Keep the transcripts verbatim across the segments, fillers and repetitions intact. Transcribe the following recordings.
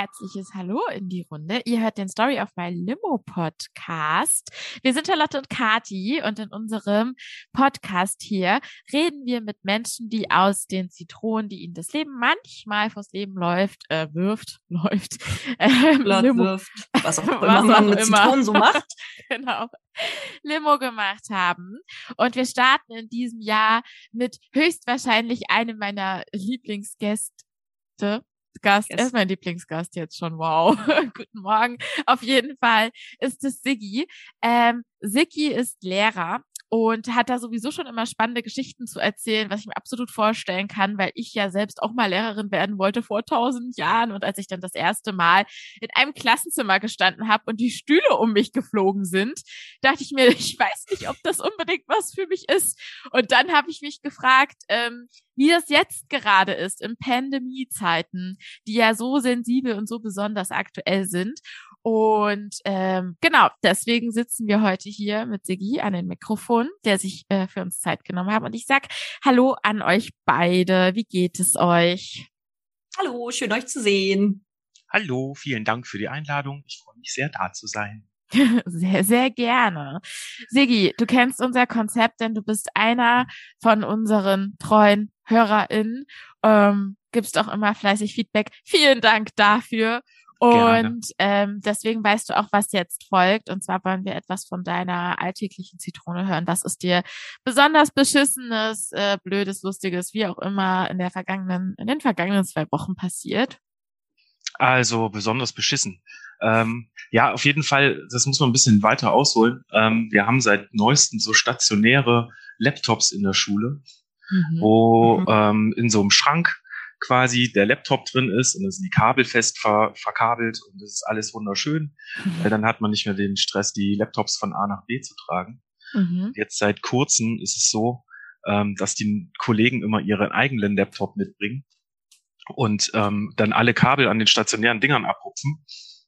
herzliches Hallo in die Runde. Ihr hört den Story of My Limo Podcast. Wir sind Charlotte und Kati und in unserem Podcast hier reden wir mit Menschen, die aus den Zitronen, die ihnen das Leben manchmal vors Leben läuft, äh, wirft, läuft, äh, Limo, wirft, was auch immer was man auch mit immer. Zitronen so macht. Genau. Limo gemacht haben. Und wir starten in diesem Jahr mit höchstwahrscheinlich einem meiner Lieblingsgäste. Gast, er ist mein Lieblingsgast jetzt schon, wow. Guten Morgen. Auf jeden Fall ist es Siggi. Ähm, Siggi ist Lehrer und hat da sowieso schon immer spannende Geschichten zu erzählen, was ich mir absolut vorstellen kann, weil ich ja selbst auch mal Lehrerin werden wollte vor tausend Jahren. Und als ich dann das erste Mal in einem Klassenzimmer gestanden habe und die Stühle um mich geflogen sind, dachte ich mir, ich weiß nicht, ob das unbedingt was für mich ist. Und dann habe ich mich gefragt, ähm, wie das jetzt gerade ist in Pandemiezeiten, die ja so sensibel und so besonders aktuell sind. Und ähm, genau, deswegen sitzen wir heute hier mit Siggi an den Mikrofon, der sich äh, für uns Zeit genommen hat. Und ich sag Hallo an euch beide. Wie geht es euch? Hallo, schön euch zu sehen. Hallo, vielen Dank für die Einladung. Ich freue mich sehr, da zu sein. Sehr, sehr gerne. Siggi, du kennst unser Konzept, denn du bist einer von unseren treuen HörerInnen. Ähm, gibst auch immer fleißig Feedback. Vielen Dank dafür. Und ähm, deswegen weißt du auch, was jetzt folgt. Und zwar wollen wir etwas von deiner alltäglichen Zitrone hören. Was ist dir besonders Beschissenes, äh, Blödes, Lustiges, wie auch immer in der vergangenen, in den vergangenen zwei Wochen passiert? Also besonders beschissen. Ähm, ja, auf jeden Fall, das muss man ein bisschen weiter ausholen. Ähm, wir haben seit neuestem so stationäre Laptops in der Schule, mhm. wo mhm. ähm, in so einem Schrank quasi der Laptop drin ist und es sind die Kabel fest ver- verkabelt und das ist alles wunderschön. Mhm. Weil dann hat man nicht mehr den Stress, die Laptops von A nach B zu tragen. Mhm. Jetzt seit kurzem ist es so, ähm, dass die Kollegen immer ihren eigenen Laptop mitbringen und ähm, dann alle Kabel an den stationären Dingern abrupfen.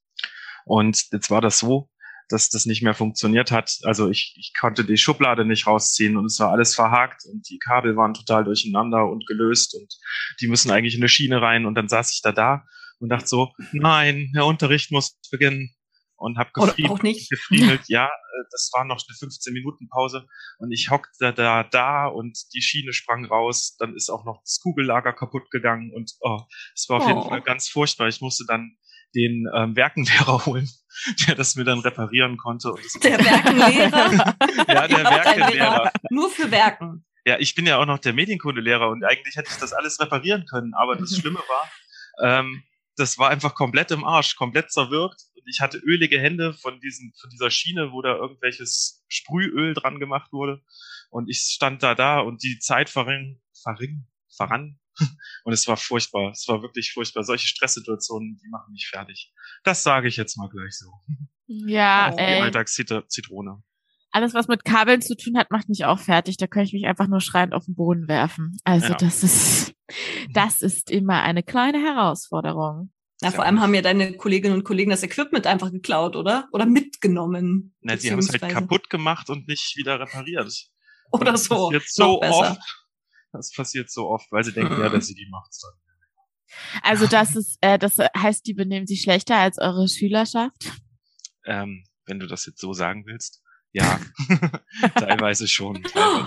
Und jetzt war das so, dass das nicht mehr funktioniert hat. Also ich, ich konnte die Schublade nicht rausziehen und es war alles verhakt und die Kabel waren total durcheinander und gelöst und die müssen eigentlich in eine Schiene rein. Und dann saß ich da da und dachte so, nein, der Unterricht muss beginnen. Und habe gefriemelt, ja, das war noch eine fünfzehn-Minuten-Pause und ich hockte da da und die Schiene sprang raus, dann ist auch noch das Kugellager kaputt gegangen und oh, es war auf oh. jeden Fall ganz furchtbar. Ich musste dann den ähm, Werkenlehrer holen, der das mir dann reparieren konnte. Und das der Werkenlehrer? Ja, der Werkenlehrer. Nur für Werken. Ja, ich bin ja auch noch der Medienkundelehrer und eigentlich hätte ich das alles reparieren können, aber das Schlimme war, ähm, das war einfach komplett im Arsch, komplett zerwirkt. Und ich hatte ölige Hände von diesen, von dieser Schiene, wo da irgendwelches Sprühöl dran gemacht wurde. Und ich stand da da und die Zeit verring, verring, verran. Und es war furchtbar. Es war wirklich furchtbar. Solche Stresssituationen, die machen mich fertig. Das sage ich jetzt mal gleich so. Ja, oh, ey. Die Alltagszitrone. Alles, was mit Kabeln zu tun hat, macht mich auch fertig. Da kann ich mich einfach nur schreiend auf den Boden werfen. Also ja. das ist, das ist immer eine kleine Herausforderung. Ja, vor allem haben ja deine Kolleginnen und Kollegen das Equipment einfach geklaut, oder? Oder mitgenommen. Na, sie haben es halt kaputt gemacht und nicht wieder repariert. Oder das so. Passiert so oft. Das passiert so oft, weil sie denken, mhm. ja, dass sie die macht's dann. Also das ist, äh, das heißt, die benehmen sich schlechter als eure Schülerschaft? Ähm, wenn du das jetzt so sagen willst. Ja, teilweise schon.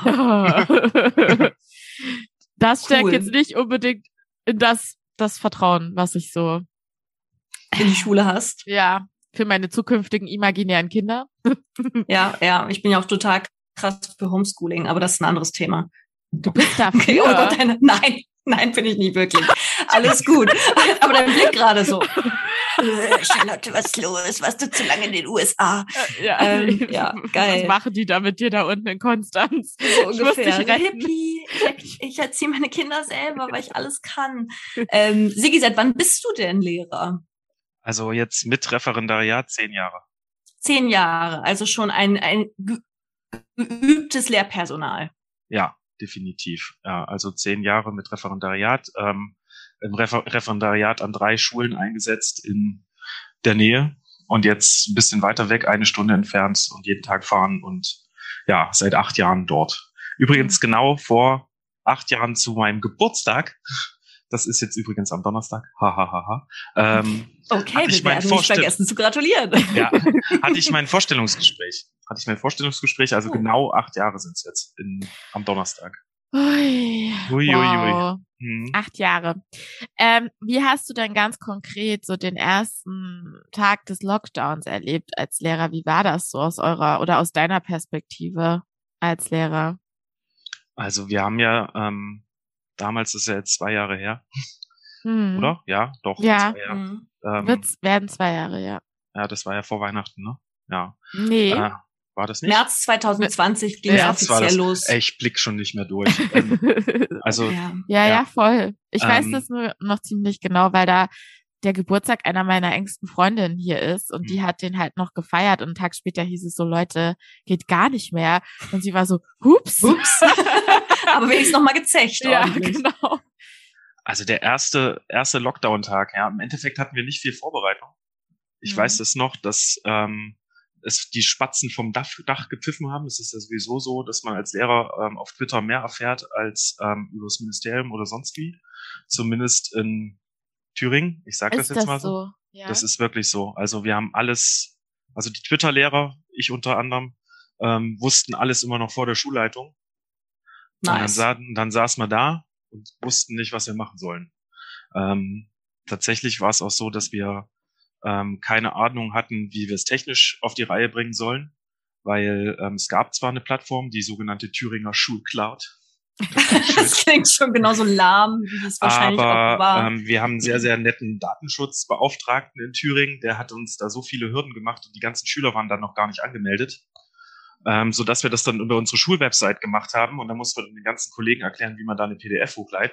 Teilweise. Das stärkt cool. Jetzt nicht unbedingt in das, das Vertrauen, was ich so in die Schule hast. Ja, für meine zukünftigen imaginären Kinder. Ja, ja, ich bin ja auch total krass für Homeschooling, aber das ist ein anderes Thema. Du bist dafür? Okay, oh Gott, deine, nein, nein, bin ich nicht wirklich. Alles gut. Aber dein Blick gerade so. Charlotte, was ist los? Warst du zu lange in den U S A? Ja, ähm, ja geil. Was machen die da mit dir da unten in Konstanz? So ungefähr. Hippie, ich, ich erziehe meine Kinder selber, weil ich alles kann. Ähm, Siggi, seit wann bist du denn Lehrer? Also jetzt mit Referendariat zehn Jahre. Zehn Jahre, also schon ein, ein geübtes Lehrpersonal. Ja, definitiv. Ja, also zehn Jahre mit Referendariat. Ähm, im Refer- Referendariat an drei Schulen eingesetzt in der Nähe und jetzt ein bisschen weiter weg, eine Stunde entfernt und jeden Tag fahren und ja, seit acht Jahren dort. Übrigens genau vor acht Jahren zu meinem Geburtstag das ist jetzt übrigens am Donnerstag, hahaha, ha, ha, ha. ähm, okay, wir werden nicht vergessen zu gratulieren. Ja, hatte ich mein Vorstellungsgespräch. Hatte ich mein Vorstellungsgespräch, also oh. genau acht Jahre sind es jetzt in, am Donnerstag. Ui, ui, wow. ui, ui. Hm. Acht Jahre. Ähm, wie hast du denn ganz konkret so den ersten Tag des Lockdowns erlebt als Lehrer? Wie war das so aus eurer oder aus deiner Perspektive als Lehrer? Also wir haben ja, ähm, damals ist ja jetzt zwei Jahre her, hm. oder? Ja, doch. Ja, zwei Jahre. Hm. Ähm, Wird's, werden zwei Jahre, ja. Ja, das war ja vor Weihnachten, ne? Ja. Nee. Äh, War das nicht? März zwanzig zwanzig ging es offiziell los. Ey, ich blick schon nicht mehr durch. ähm, also ja, ja, ja, voll. Ich ähm, weiß das nur noch ziemlich genau, weil da der Geburtstag einer meiner engsten Freundinnen hier ist und die hat den halt noch gefeiert und einen Tag später hieß es so, Leute, geht gar nicht mehr. Und sie war so, hups. Hups. Aber wenigstens noch mal gezecht. Ja, ordentlich. Genau. Also der erste erste Lockdown-Tag, ja, im Endeffekt hatten wir nicht viel Vorbereitung. Ich mhm. weiß das noch, dass ähm, es die Spatzen vom Dach, Dach gepfiffen haben. Es ist ja sowieso so, dass man als Lehrer ähm, auf Twitter mehr erfährt als ähm, über das Ministerium oder sonst wie. Zumindest in Thüringen. Ich sage das jetzt das mal so. so? Ja. Das ist wirklich so. Also wir haben alles, also die Twitter-Lehrer, ich unter anderem, ähm, wussten alles immer noch vor der Schulleitung. Nice. Und dann, sa dann saßen wir da und wussten nicht, was wir machen sollen. Ähm, tatsächlich war es auch so, dass wir ähm, keine Ahnung hatten, wie wir es technisch auf die Reihe bringen sollen, weil ähm, es gab zwar eine Plattform, die sogenannte Thüringer Schulcloud. Das, das klingt schon genauso lahm, wie es wahrscheinlich Aber, auch war. Ähm, wir haben einen sehr, sehr netten Datenschutzbeauftragten in Thüringen, der hat uns da so viele Hürden gemacht und die ganzen Schüler waren dann noch gar nicht angemeldet. Ähm, so dass wir das dann über unsere Schulwebsite gemacht haben und dann mussten wir den ganzen Kollegen erklären, wie man da eine P D F hochlädt.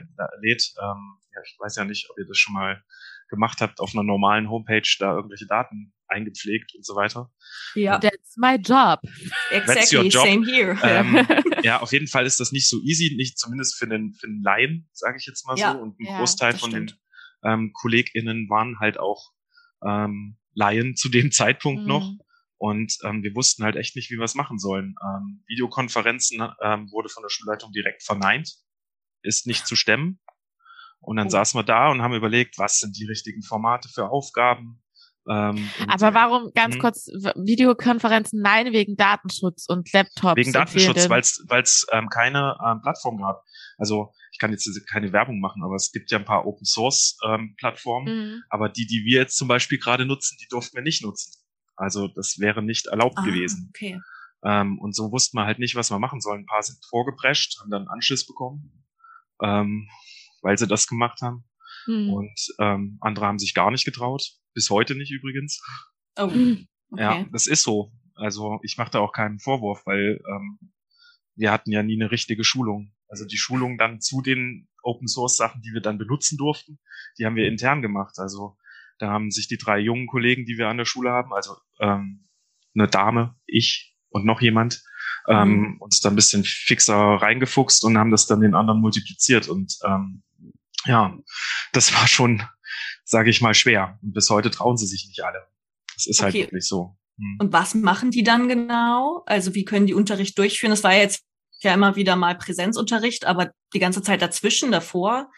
Ähm, ja, ich weiß ja nicht, ob ihr das schon mal gemacht habt, auf einer normalen Homepage da irgendwelche Daten eingepflegt und so weiter. Ja, that's my job. Exactly, job. Same here. Ähm, ja, auf jeden Fall ist das nicht so easy, nicht zumindest für den, für den Laien, sage ich jetzt mal ja. so. Und ein ja, Großteil von stimmt. den ähm, KollegInnen waren halt auch ähm, Laien zu dem Zeitpunkt mhm. noch. Und ähm, wir wussten halt echt nicht, wie wir es machen sollen. Ähm, Videokonferenzen ähm, wurde von der Schulleitung direkt verneint, ist nicht zu stemmen. Und dann oh. saßen wir da und haben überlegt, was sind die richtigen Formate für Aufgaben. Ähm, Aber warum, ganz mh. kurz, Videokonferenzen? Nein, wegen Datenschutz und Laptops. Wegen Datenschutz, weil es ähm, keine ähm, Plattform gab. Also ich kann jetzt keine Werbung machen, aber es gibt ja ein paar Open-Source-Plattformen. Ähm, mhm. Aber die, die wir jetzt zum Beispiel gerade nutzen, die durften wir nicht nutzen. Also das wäre nicht erlaubt ah, gewesen. Okay. Ähm, und so wussten wir halt nicht, was wir machen sollen. Ein paar sind vorgeprescht, haben dann Anschiss bekommen, ähm, weil sie das gemacht haben. Hm. Und ähm, andere haben sich gar nicht getraut. Bis heute nicht übrigens. Oh, okay. Ja, das ist so. Also ich mache da auch keinen Vorwurf, weil ähm, wir hatten ja nie eine richtige Schulung. Also die Schulung dann zu den Open-Source-Sachen, die wir dann benutzen durften, die haben wir intern gemacht. Also da haben sich die drei jungen Kollegen, die wir an der Schule haben, also ähm, eine Dame, ich und noch jemand, ähm, mhm. uns da ein bisschen fixer reingefuchst und haben das dann den anderen multipliziert. Und ähm, ja, das war schon, sage ich mal, schwer. Und bis heute trauen sie sich nicht alle. Das ist okay. halt wirklich so. Hm. Und was machen die dann genau? Also wie können die Unterricht durchführen? Das war ja jetzt ja immer wieder mal Präsenzunterricht, aber die ganze Zeit dazwischen, davor?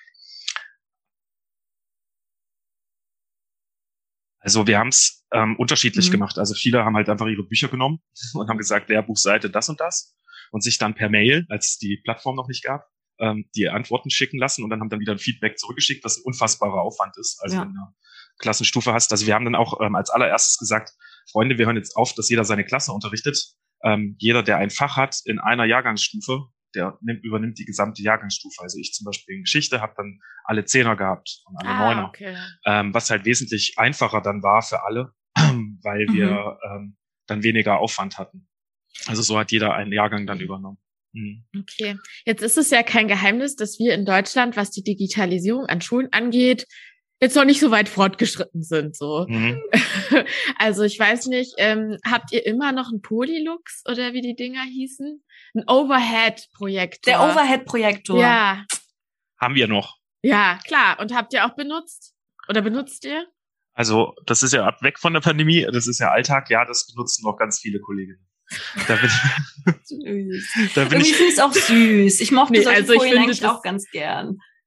Also wir haben es ähm, unterschiedlich mhm. gemacht. Also viele haben halt einfach ihre Bücher genommen und haben gesagt, Lehrbuchseite das und das und sich dann per Mail, als es die Plattform noch nicht gab, ähm, die Antworten schicken lassen und dann haben dann wieder ein Feedback zurückgeschickt, was ein unfassbarer Aufwand ist. Also ja. wenn du eine Klassenstufe hast. Also wir haben dann auch ähm, als allererstes gesagt, Freunde, wir hören jetzt auf, dass jeder seine Klasse unterrichtet. Ähm, jeder, der ein Fach hat in einer Jahrgangsstufe, der nimmt, übernimmt die gesamte Jahrgangsstufe. Also ich zum Beispiel in Geschichte habe dann alle Zehner gehabt und alle ah, Neuner. Okay. Ähm, was halt wesentlich einfacher dann war für alle, weil mhm. wir ähm, dann weniger Aufwand hatten. Also so hat jeder einen Jahrgang dann übernommen. Mhm. Okay. Jetzt ist es ja kein Geheimnis, dass wir in Deutschland, was die Digitalisierung an Schulen angeht, jetzt noch nicht so weit fortgeschritten sind. So. Mhm. Also ich weiß nicht, ähm, habt ihr immer noch einen Polylux oder wie die Dinger hießen? Ein Overhead-Projektor. Der Overhead-Projektor. Ja. Haben wir noch. Ja, klar. Und habt ihr auch benutzt? Oder benutzt ihr? Also das ist ja ab weg von der Pandemie, das ist ja Alltag. Ja, das benutzen noch ganz viele Kolleginnen. Da bin ich, süß. Da bin Irgendwie finde ich es auch süß. Ich mochte nee, solche also Folien eigentlich auch ganz gern.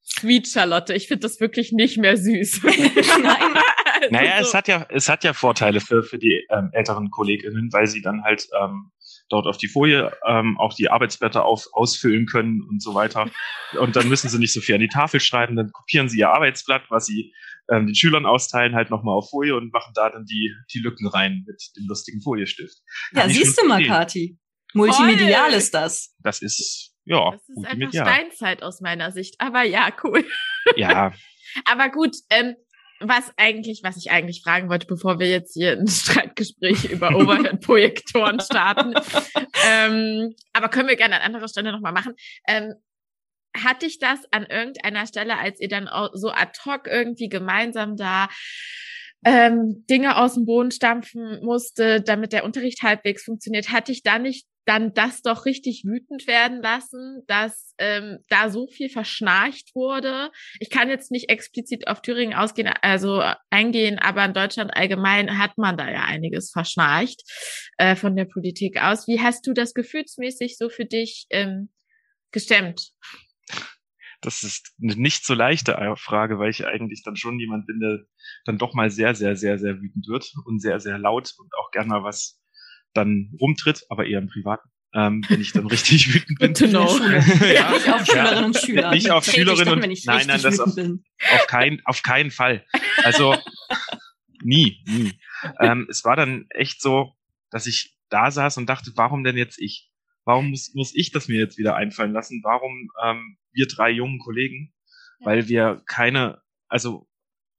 Sweet Charlotte, ich finde das wirklich nicht mehr süß. Nein. Also naja, so. es hat ja, es hat ja Vorteile für, für die ähm, älteren KollegInnen, weil sie dann halt ähm, dort auf die Folie ähm, auch die Arbeitsblätter auf, ausfüllen können und so weiter. Und dann müssen sie nicht so viel an die Tafel schreiben, dann kopieren sie ihr Arbeitsblatt, was sie ähm, den Schülern austeilen, halt nochmal auf Folie und machen da dann die, die Lücken rein mit dem lustigen Foliestift. Ja, Kann siehst du mal, Kathi. Multimedial Voll. Ist das. Das ist, ja, Das ist einfach Steinzeit aus meiner Sicht. Aber ja, cool. Ja. Aber gut, ähm, was eigentlich, was ich eigentlich fragen wollte, bevor wir jetzt hier ein Streitgespräch über Overhead-Projektoren starten, ähm, aber können wir gerne an anderer Stelle nochmal machen. Ähm, hat dich das an irgendeiner Stelle, als ihr dann so ad hoc irgendwie gemeinsam da ähm, Dinge aus dem Boden stampfen musste, damit der Unterricht halbwegs funktioniert, hat dich da nicht dann das doch richtig wütend werden lassen, dass ähm, da so viel verschnarcht wurde? Ich kann jetzt nicht explizit auf Thüringen ausgehen, also eingehen, aber in Deutschland allgemein hat man da ja einiges verschnarcht äh, von der Politik aus. Wie hast du das gefühlsmäßig so für dich ähm, gestemmt? Das ist eine nicht so leichte Frage, weil ich eigentlich dann schon jemand bin, der dann doch mal sehr, sehr, sehr, sehr wütend wird und sehr, sehr laut und auch gerne mal was dann rumtritt, aber eher im Privaten, ähm, wenn ich dann richtig wütend bin. Genau. Ja, nicht auf Schülerinnen und Schüler. Nicht auf Schülerinnen und Schüler. Nein, nein, das auf, auf, kein, auf keinen Fall. Also nie, nie. Ähm, es war dann echt so, dass ich da saß und dachte, warum denn jetzt ich? Warum muss, muss ich das mir jetzt wieder einfallen lassen? Warum ähm, wir drei jungen Kollegen? Ja. Weil wir keine, also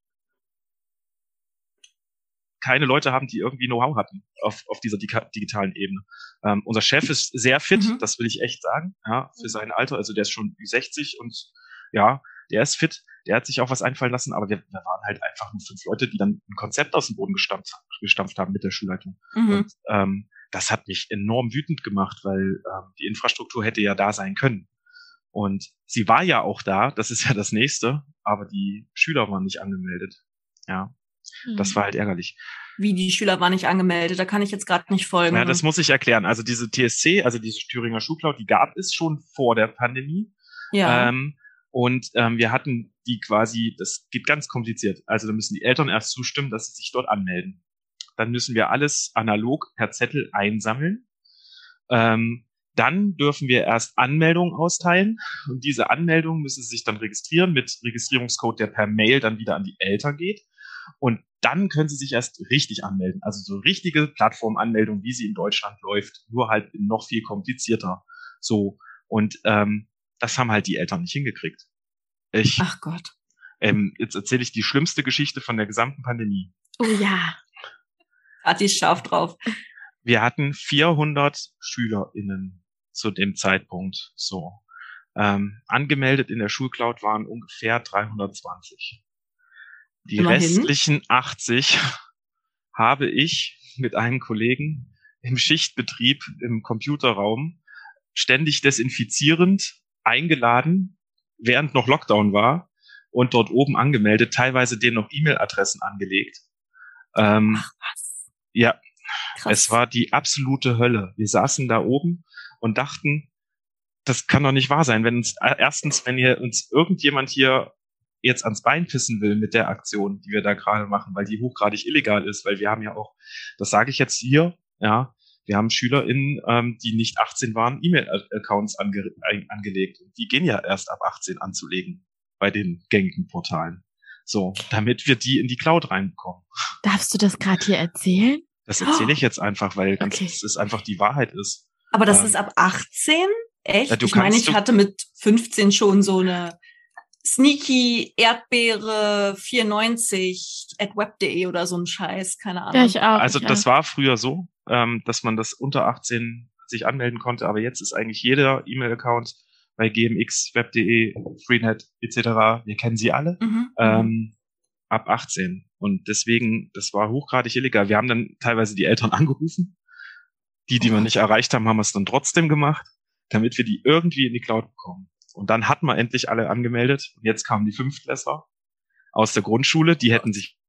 keine Leute haben, die irgendwie Know-how hatten auf, auf dieser digitalen Ebene. Ähm, unser Chef ist sehr fit, mhm. das will ich echt sagen, ja, für sein Alter. Also der ist schon Ü sechzig und ja, der ist fit, der hat sich auch was einfallen lassen, aber wir, wir waren halt einfach nur fünf Leute, die dann ein Konzept aus dem Boden gestampft, gestampft haben mit der Schulleitung. Mhm. Und ähm, das hat mich enorm wütend gemacht, weil ähm, die Infrastruktur hätte ja da sein können. Und sie war ja auch da, das ist ja das Nächste, aber die Schüler waren nicht angemeldet. Ja. Das war halt ärgerlich. Wie, die Schüler waren nicht angemeldet? Da kann ich jetzt gerade nicht folgen. Ja, das muss ich erklären. Also diese T S C, also diese Thüringer Schulcloud, die gab es schon vor der Pandemie. Ja. Ähm, und ähm, wir hatten die quasi, das geht ganz kompliziert. Also da müssen die Eltern erst zustimmen, dass sie sich dort anmelden. Dann müssen wir alles analog per Zettel einsammeln. Ähm, dann dürfen wir erst Anmeldungen austeilen. Und diese Anmeldungen müssen sie sich dann registrieren mit Registrierungscode, der per Mail dann wieder an die Eltern geht. Und dann können sie sich erst richtig anmelden. Also so richtige Plattformanmeldung, wie sie in Deutschland läuft, nur halt noch viel komplizierter. So. Und ähm, das haben halt die Eltern nicht hingekriegt. Ich, Ach Gott. Ähm, jetzt erzähle ich die schlimmste Geschichte von der gesamten Pandemie. Oh ja. Hat die scharf drauf. Wir hatten vierhundert SchülerInnen zu dem Zeitpunkt. So. Ähm, angemeldet in der Schulcloud waren ungefähr dreihundertzwanzig. Die Immerhin. Restlichen achtzig habe ich mit einem Kollegen im Schichtbetrieb im Computerraum ständig desinfizierend eingeladen, während noch Lockdown war und dort oben angemeldet, teilweise denen noch E-Mail-Adressen angelegt. Ähm, Ach was. Ja, Krass. Es war die absolute Hölle. Wir saßen da oben und dachten, das kann doch nicht wahr sein, wenn uns, erstens, wenn hier uns irgendjemand hier jetzt ans Bein pissen will mit der Aktion, die wir da gerade machen, weil die hochgradig illegal ist, weil wir haben ja auch, das sage ich jetzt hier, ja, wir haben SchülerInnen, ähm, die nicht achtzehn waren, E-Mail-Accounts ange- angelegt. Und die gehen ja erst ab achtzehn anzulegen bei den gängigen Portalen. So, damit wir die in die Cloud reinbekommen. Darfst du das gerade hier erzählen? Das erzähle ich jetzt einfach, weil Okay. das ist einfach die Wahrheit ist. Aber das Ähm, ist ab achtzehn? Echt? Ja, du ich meine, kannst- ich du- hatte mit fünfzehn schon so eine Sneaky Erdbeere vierundneunzig at web punkt de oder so ein Scheiß, keine Ahnung. Ja, ich auch. Also ich das auch. war früher so, ähm, dass man das unter achtzehn sich anmelden konnte, aber jetzt ist eigentlich jeder E-Mail-Account bei G M X, web punkt de, Freenet et cetera, wir kennen sie alle, Mhm. ähm, ab achtzehn. Und deswegen, das war hochgradig illegal. Wir haben dann teilweise die Eltern angerufen. Die, die wir nicht erreicht haben, haben es dann trotzdem gemacht, damit wir die irgendwie in die Cloud bekommen. Und dann hatten wir endlich alle angemeldet. Und jetzt kamen die Fünftklässler aus der Grundschule, die hätten sich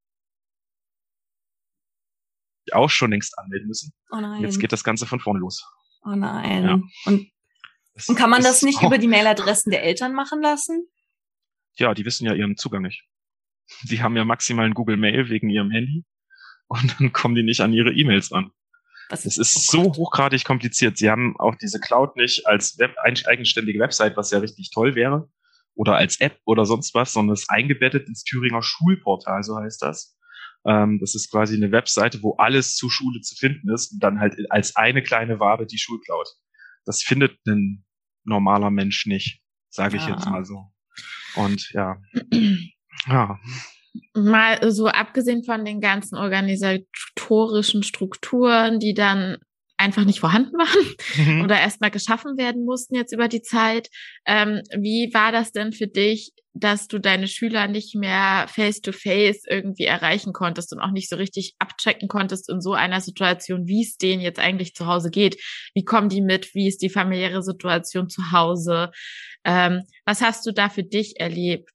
auch schon längst anmelden müssen. Oh nein. Und jetzt geht das Ganze von vorne los. Oh nein. Ja. Und, Das und kann man das ist nicht auch- über die Mailadressen der Eltern machen lassen? ja, die wissen ja ihren Zugang nicht. Die haben ja maximal ein Google Mail wegen ihrem Handy und dann kommen die nicht an ihre E-Mails ran. Das ist so hochgradig kompliziert. Sie haben auch diese Cloud nicht als Web, eigenständige Website, was ja richtig toll wäre, oder als App oder sonst was, sondern es ist eingebettet ins Thüringer Schulportal, so heißt das. Ähm, das ist quasi eine Webseite, wo alles zur Schule zu finden ist und dann halt als eine kleine Wabe die Schulcloud. Das findet ein normaler Mensch nicht, sage ich ah. jetzt mal so. Und ja, ja. Mal so abgesehen von den ganzen organisatorischen Strukturen, die dann einfach nicht vorhanden waren mhm. oder erstmal geschaffen werden mussten jetzt über die Zeit. Ähm, wie war das denn für dich, dass du deine Schüler nicht mehr face-to-face irgendwie erreichen konntest und auch nicht so richtig abchecken konntest in so einer Situation, wie es denen jetzt eigentlich zu Hause geht? Wie kommen die mit? Wie ist die familiäre Situation zu Hause? Ähm, was hast du da für dich erlebt?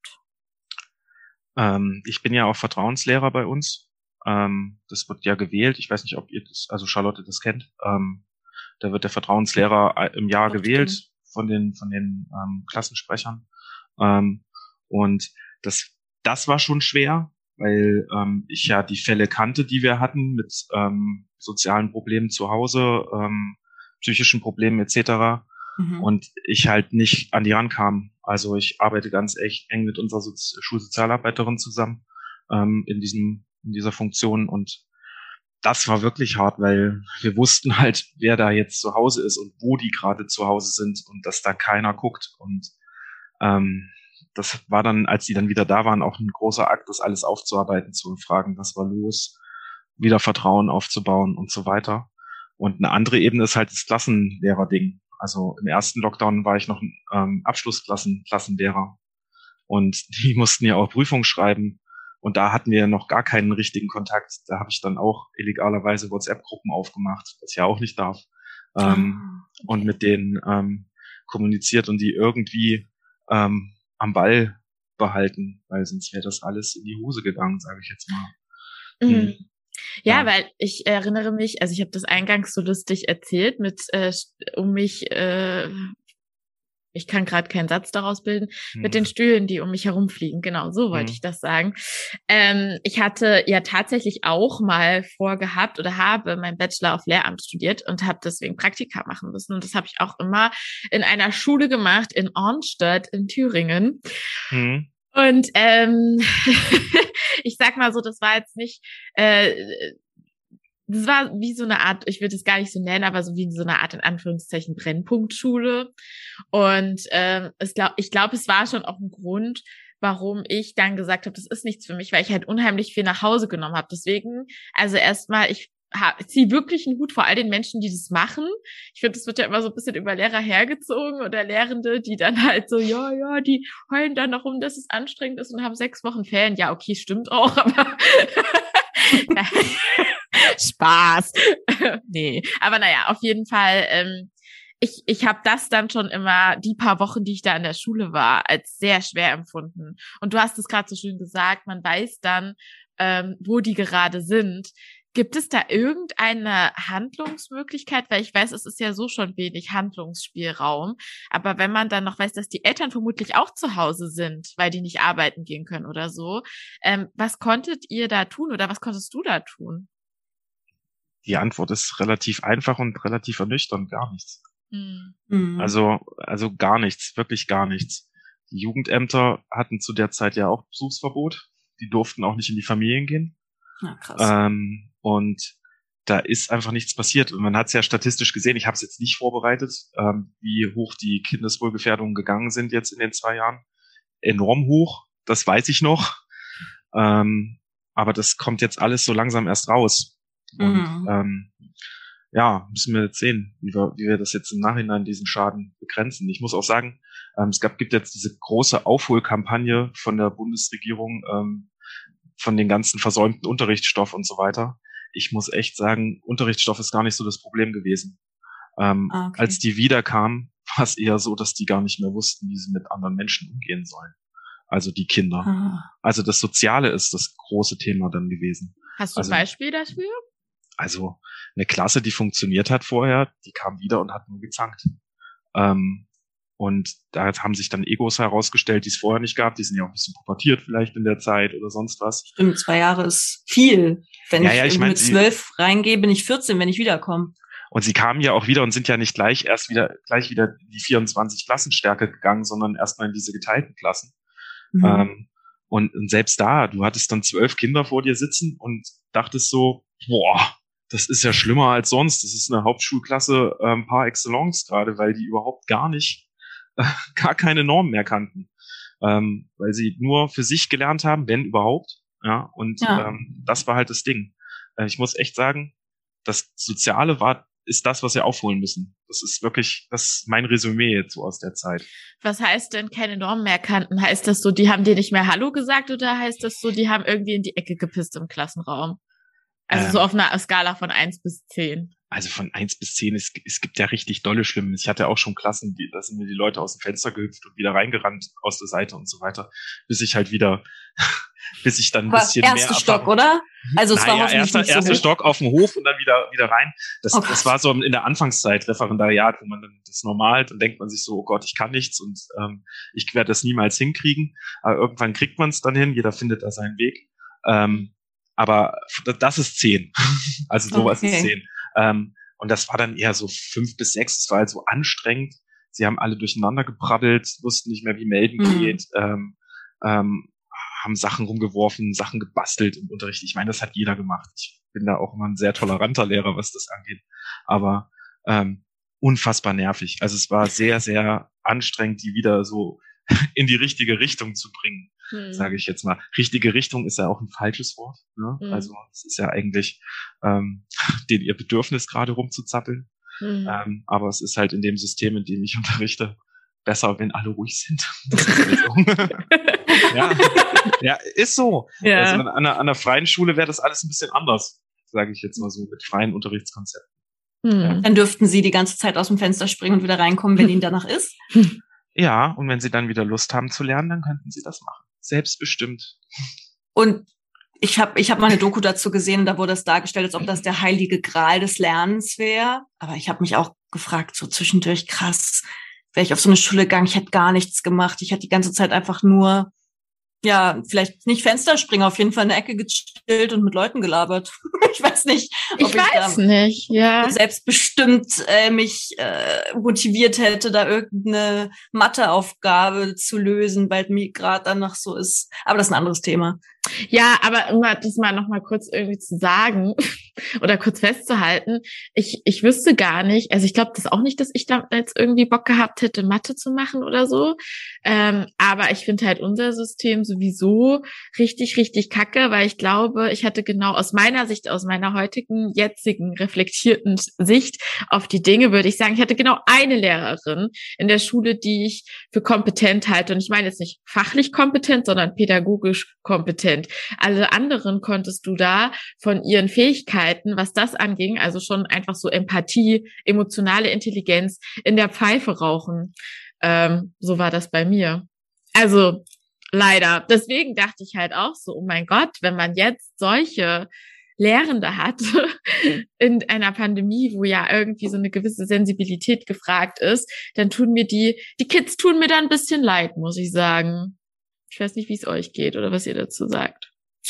Ähm, ich bin ja auch Vertrauenslehrer bei uns. Ähm, das wird ja gewählt. Ich weiß nicht, ob ihr das, also Charlotte das kennt. Ähm, da wird der Vertrauenslehrer im Jahr Doch, gewählt stimmt. von den von den ähm, Klassensprechern. Ähm, und das das war schon schwer, weil ähm, ich ja die Fälle kannte, die wir hatten mit ähm, sozialen Problemen zu Hause, ähm, psychischen Problemen et cetera. Mhm. Und ich halt nicht an die rankam. Also ich arbeite ganz echt eng mit unserer Sozi- Schulsozialarbeiterin zusammen ähm, in diesem in dieser Funktion und das war wirklich hart, weil wir wussten halt, wer da jetzt zu Hause ist und wo die gerade zu Hause sind und dass da keiner guckt und ähm, das war dann, als die dann wieder da waren, auch ein großer Akt, das alles aufzuarbeiten, zu fragen, was war los, wieder Vertrauen aufzubauen und so weiter. Und eine andere Ebene ist halt das Klassenlehrer-Ding. Also im ersten Lockdown war ich noch ein ähm, Abschlussklassen Klassenlehrer und die mussten ja auch Prüfungen schreiben und da hatten wir noch gar keinen richtigen Kontakt. Da habe ich dann auch illegalerweise WhatsApp-Gruppen aufgemacht, was ich ja auch nicht darf, ähm, ah, okay. und mit denen ähm, kommuniziert und die irgendwie ähm, am Ball behalten, weil sonst wäre das alles in die Hose gegangen, sage ich jetzt mal. Mhm. Mhm. Ja, ja, weil ich erinnere mich, also ich habe das eingangs so lustig erzählt, mit äh, um mich, äh, ich kann gerade keinen Satz daraus bilden, hm. mit den Stühlen, die um mich herumfliegen. Genau, so wollte hm. ich das sagen. Ähm, ich hatte ja tatsächlich auch mal vorgehabt oder habe meinen Bachelor auf Lehramt studiert und habe deswegen Praktika machen müssen. Und das habe ich auch immer in einer Schule gemacht in Arnstadt in Thüringen. Hm. Und ähm, ich sag mal so, das war jetzt nicht, äh, das war wie so eine Art, ich würde es gar nicht so nennen, aber so wie so eine Art in Anführungszeichen Brennpunktschule. Und ähm, es glaub, ich glaube, es war schon auch ein Grund, warum ich dann gesagt habe, das ist nichts für mich, weil ich halt unheimlich viel nach Hause genommen habe. Deswegen, also erstmal, ich Ich ziehe wirklich einen Hut vor all den Menschen, die das machen. Ich finde, das wird ja immer so ein bisschen über Lehrer hergezogen oder Lehrende, die dann halt so, ja, ja, die heulen dann noch rum, dass es anstrengend ist und haben sechs Wochen Ferien. Ja, okay, stimmt auch, aber Spaß. Nee, aber naja, auf jeden Fall, ähm, ich, ich habe das dann schon immer, die paar Wochen, die ich da in der Schule war, als sehr schwer empfunden. Und du hast es gerade so schön gesagt, man weiß dann, ähm, wo die gerade sind. Gibt es da irgendeine Handlungsmöglichkeit? Weil ich weiß, es ist ja so schon wenig Handlungsspielraum. Aber wenn man dann noch weiß, dass die Eltern vermutlich auch zu Hause sind, weil die nicht arbeiten gehen können oder so, ähm, was konntet ihr da tun oder was konntest du da tun? Die Antwort ist relativ einfach und relativ ernüchternd, gar nichts. Mhm. Also, also gar nichts, wirklich gar nichts. Die Jugendämter hatten zu der Zeit ja auch Besuchsverbot. Die durften auch nicht in die Familien gehen. Ja, krass. Ähm, und da ist einfach nichts passiert. Und man hat es ja statistisch gesehen, ich habe es jetzt nicht vorbereitet, ähm, wie hoch die Kindeswohlgefährdungen gegangen sind jetzt in den zwei Jahren. Enorm hoch, das weiß ich noch. Ähm, aber das kommt jetzt alles so langsam erst raus. Und mhm. ähm, ja, müssen wir jetzt sehen, wie wir, wie wir das jetzt im Nachhinein diesen Schaden begrenzen. Ich muss auch sagen, ähm, es gab, gibt jetzt diese große Aufholkampagne von der Bundesregierung, ähm, von den ganzen versäumten Unterrichtsstoff und so weiter. Ich muss echt sagen, Unterrichtsstoff ist gar nicht so das Problem gewesen. Ähm, okay. Als die wiederkamen, war es eher so, dass die gar nicht mehr wussten, wie sie mit anderen Menschen umgehen sollen. Also die Kinder. Ah. Also das Soziale ist das große Thema dann gewesen. Hast du also, ein Beispiel dafür? Also eine Klasse, die funktioniert hat vorher, die kam wieder und hat nur gezankt. Ähm, Und da haben sich dann Egos herausgestellt, die es vorher nicht gab. Die sind ja auch ein bisschen pubertiert vielleicht in der Zeit oder sonst was. Stimmt, zwei Jahre ist viel. Wenn ja, ich, ja, ich mein, mit zwölf reingehe, bin ich vierzehn, wenn ich wiederkomme. Und sie kamen ja auch wieder und sind ja nicht gleich erst wieder gleich wieder die vierundzwanzig Klassenstärke gegangen, sondern erstmal in diese geteilten Klassen. Mhm. Ähm, und, und selbst da, du hattest dann zwölf Kinder vor dir sitzen und dachtest so, boah, das ist ja schlimmer als sonst. Das ist eine Hauptschulklasse ähm, par excellence gerade, weil die überhaupt gar nicht, äh, gar keine Normen mehr kannten. Ähm, weil sie nur für sich gelernt haben, wenn überhaupt. Ja, und ja. Ähm, das war halt das Ding. Äh, ich muss echt sagen, das Soziale war ist das, was wir aufholen müssen. Das ist wirklich, das ist mein Resümee jetzt so aus der Zeit. Was heißt denn keine Normen mehr kannten? Heißt das so, die haben dir nicht mehr Hallo gesagt oder heißt das so, die haben irgendwie in die Ecke gepisst im Klassenraum? Also ähm, so auf einer Skala von eins bis zehn. Also von eins bis zehn, es, es gibt ja richtig dolle Schlimmes. Ich hatte auch schon Klassen, die, da sind mir die Leute aus dem Fenster gehüpft und wieder reingerannt aus der Seite und so weiter, bis ich halt wieder, bis ich dann ein bisschen erste mehr... Stock, oder? Also es naja, war hoffentlich erster, nicht so erster hoch. Stock auf dem Hof und dann wieder wieder rein. Das, Oh das war so in der Anfangszeit, Referendariat, wo man dann das normalt und denkt man sich so, oh Gott, ich kann nichts und ähm, ich werde das niemals hinkriegen. Aber irgendwann kriegt man es dann hin, jeder findet da seinen Weg. Ähm, aber das ist zehn. Also sowas Okay. ist zehn. Ähm, und das war dann eher so fünf bis sechs. Es war halt so anstrengend. Sie haben alle durcheinander gebrabbelt, wussten nicht mehr, wie melden Mhm. geht, ähm, ähm, haben Sachen rumgeworfen, Sachen gebastelt im Unterricht. Ich meine, das hat jeder gemacht. Ich bin da auch immer ein sehr toleranter Lehrer, was das angeht. Aber ähm, unfassbar nervig. Also es war sehr, sehr anstrengend, die wieder so in die richtige Richtung zu bringen, hm. sage ich jetzt mal. Richtige Richtung ist ja auch ein falsches Wort. Ne? Hm. Also es ist ja eigentlich ähm, den ihr Bedürfnis gerade rumzuzappeln. Hm. Ähm, aber es ist halt in dem System, in dem ich unterrichte, besser, wenn alle ruhig sind. ja. ja, ist so. Ja. Also an, einer, an einer freien Schule wäre das alles ein bisschen anders, sage ich jetzt mal so, mit freien Unterrichtskonzepten. Hm. Ja. Dann dürften Sie die ganze Zeit aus dem Fenster springen und wieder reinkommen, wenn Ihnen danach ist. Ja, und wenn Sie dann wieder Lust haben zu lernen, dann könnten Sie das machen. Selbstbestimmt. Und ich habe ich hab mal eine Doku dazu gesehen und da wurde es dargestellt, als ob das der heilige Gral des Lernens wäre. Aber ich habe mich auch gefragt, so zwischendurch, krass, wäre ich auf so eine Schule gegangen, ich hätte gar nichts gemacht. Ich hätte die ganze Zeit einfach nur, ja, vielleicht nicht Fensterspringen, auf jeden Fall in der Ecke gechillt und mit Leuten gelabert. Ich weiß nicht, ob ich, ich weiß nicht, ja. selbstbestimmt äh, mich äh, motiviert hätte, da irgendeine Matheaufgabe zu lösen, weil mir gerade danach so ist. Aber das ist ein anderes Thema. Ja, aber um das mal noch mal kurz irgendwie zu sagen oder kurz festzuhalten, ich ich wüsste gar nicht, also ich glaube das auch nicht, dass ich da jetzt irgendwie Bock gehabt hätte, Mathe zu machen oder so, ähm, aber ich finde halt unser System sowieso richtig, richtig kacke, weil ich glaube, ich hatte genau aus meiner Sicht, aus meiner heutigen, jetzigen, reflektierten Sicht auf die Dinge, würde ich sagen, ich hatte genau eine Lehrerin in der Schule, die ich für kompetent halte und ich meine jetzt nicht fachlich kompetent, sondern pädagogisch kompetent. Alle anderen konntest du da von ihren Fähigkeiten, was das anging, also schon einfach so Empathie, emotionale Intelligenz in der Pfeife rauchen. Ähm, so war das bei mir. Also leider. Deswegen dachte ich halt auch so, oh mein Gott, wenn man jetzt solche Lehrende hat in einer Pandemie, wo ja irgendwie so eine gewisse Sensibilität gefragt ist, dann tun mir die, die Kids tun mir da ein bisschen leid, muss ich sagen. Ich weiß nicht, wie es euch geht oder was ihr dazu sagt.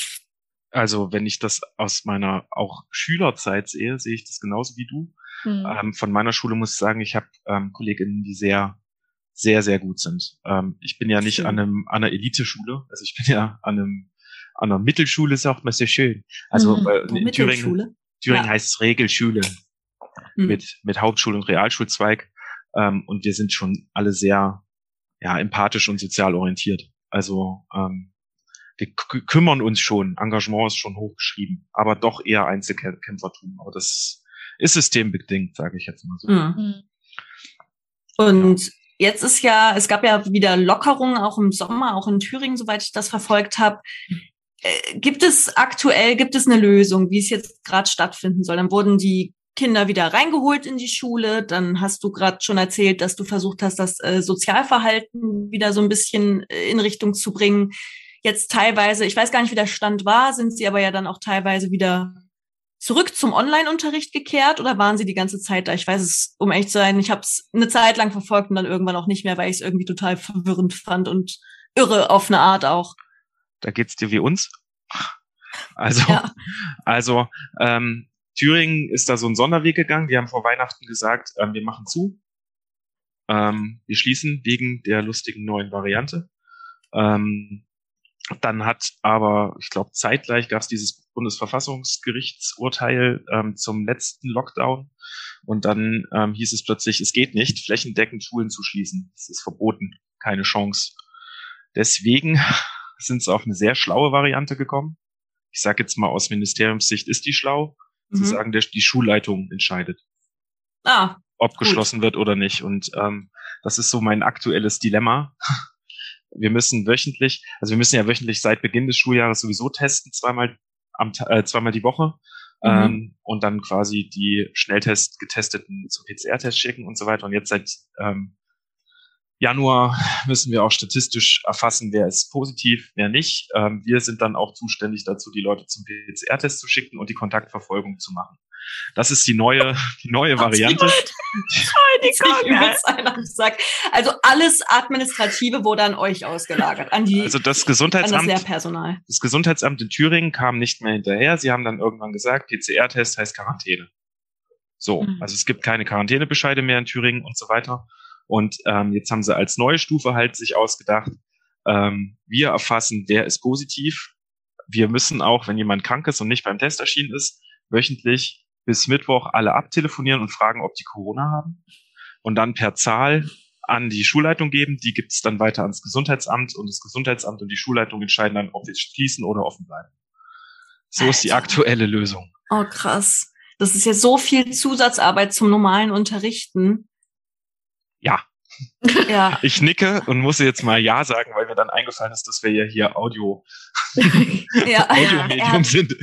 Also wenn ich das aus meiner auch Schülerzeit sehe, sehe ich das genauso wie du. Hm. Ähm, von meiner Schule muss ich sagen, ich habe ähm, Kolleginnen, die sehr, sehr, sehr gut sind. Ähm, ich bin ja nicht schön. an einem an einer Eliteschule, also ich bin ja an einem an einer Mittelschule, sagt man sehr schön. Also mhm. äh, in Thüringen, Thüringen ja. heißt es Regelschule mhm. mit mit Hauptschul- und Realschulzweig. Ähm, und wir sind schon alle sehr ja empathisch und sozial orientiert. Also ähm, wir k- kümmern uns schon, Engagement ist schon hochgeschrieben, aber doch eher Einzelkämpfertum. Aber das ist systembedingt, sage ich jetzt mal so. Mhm. Und ja. jetzt ist ja, es gab ja wieder Lockerungen, auch im Sommer, auch in Thüringen, soweit ich das verfolgt habe. Äh, gibt es aktuell, gibt es eine Lösung, wie es jetzt gerade stattfinden soll? Dann wurden die Kinder wieder reingeholt in die Schule. Dann hast du gerade schon erzählt, dass du versucht hast, das äh, Sozialverhalten wieder so ein bisschen äh, in Richtung zu bringen. Jetzt teilweise, ich weiß gar nicht, wie der Stand war, sind sie aber ja dann auch teilweise wieder zurück zum Online-Unterricht gekehrt oder waren sie die ganze Zeit da? Ich weiß es, um ehrlich zu sein, ich habe es eine Zeit lang verfolgt und dann irgendwann auch nicht mehr, weil ich es irgendwie total verwirrend fand und irre auf eine Art auch. Da geht's dir wie uns. Also, ja. also ähm, Thüringen ist da so einen Sonderweg gegangen. Die haben vor Weihnachten gesagt, ähm, wir machen zu. Ähm, wir schließen wegen der lustigen neuen Variante. Ähm, dann hat aber, ich glaube, zeitgleich gab es dieses Bundesverfassungsgerichtsurteil ähm, zum letzten Lockdown. Und dann ähm, hieß es plötzlich, es geht nicht, flächendeckend Schulen zu schließen. Es ist verboten, keine Chance. Deswegen sind sie auf eine sehr schlaue Variante gekommen. Ich sage jetzt mal, aus Ministeriumssicht ist die schlau. Sie Mhm. sagen, der, die Schulleitung entscheidet, Ah, ob gut. geschlossen wird oder nicht. Und ähm, das ist so mein aktuelles Dilemma. Wir müssen wöchentlich, also wir müssen ja wöchentlich seit Beginn des Schuljahres sowieso testen, zweimal am äh, zweimal die Woche. Mhm. Ähm, und dann quasi die Schnelltest getesteten zum P C R-Test schicken und so weiter. Und jetzt seit ähm, Januar müssen wir auch statistisch erfassen, wer ist positiv, wer nicht. Ähm, wir sind dann auch zuständig dazu, die Leute zum P C R-Test zu schicken und die Kontaktverfolgung zu machen. Das ist die neue, die neue Variante. Also alles Administrative wurde an euch ausgelagert, an die, also das Gesundheitsamt, an das Lehrpersonal. Das Gesundheitsamt in Thüringen kam nicht mehr hinterher. Sie haben dann irgendwann gesagt, P C R-Test heißt Quarantäne. So, mhm. Also es gibt keine Quarantänebescheide mehr in Thüringen und so weiter. Und ähm, jetzt haben sie als neue Stufe halt sich ausgedacht, ähm, wir erfassen, wer ist positiv. Wir müssen auch, wenn jemand krank ist und nicht beim Test erschienen ist, wöchentlich bis Mittwoch alle abtelefonieren und fragen, ob die Corona haben. Und dann per Zahl an die Schulleitung geben. Die gibt es dann weiter ans Gesundheitsamt und das Gesundheitsamt und die Schulleitung entscheiden dann, ob wir schließen oder offen bleiben. So ist die aktuelle Lösung. Oh, krass. Das ist ja so viel Zusatzarbeit zum normalen Unterrichten. Ja. Ja. Ich nicke und muss jetzt mal Ja sagen, weil mir dann eingefallen ist, dass wir ja hier Audio, ja, Audiomedium ja, ja. sind.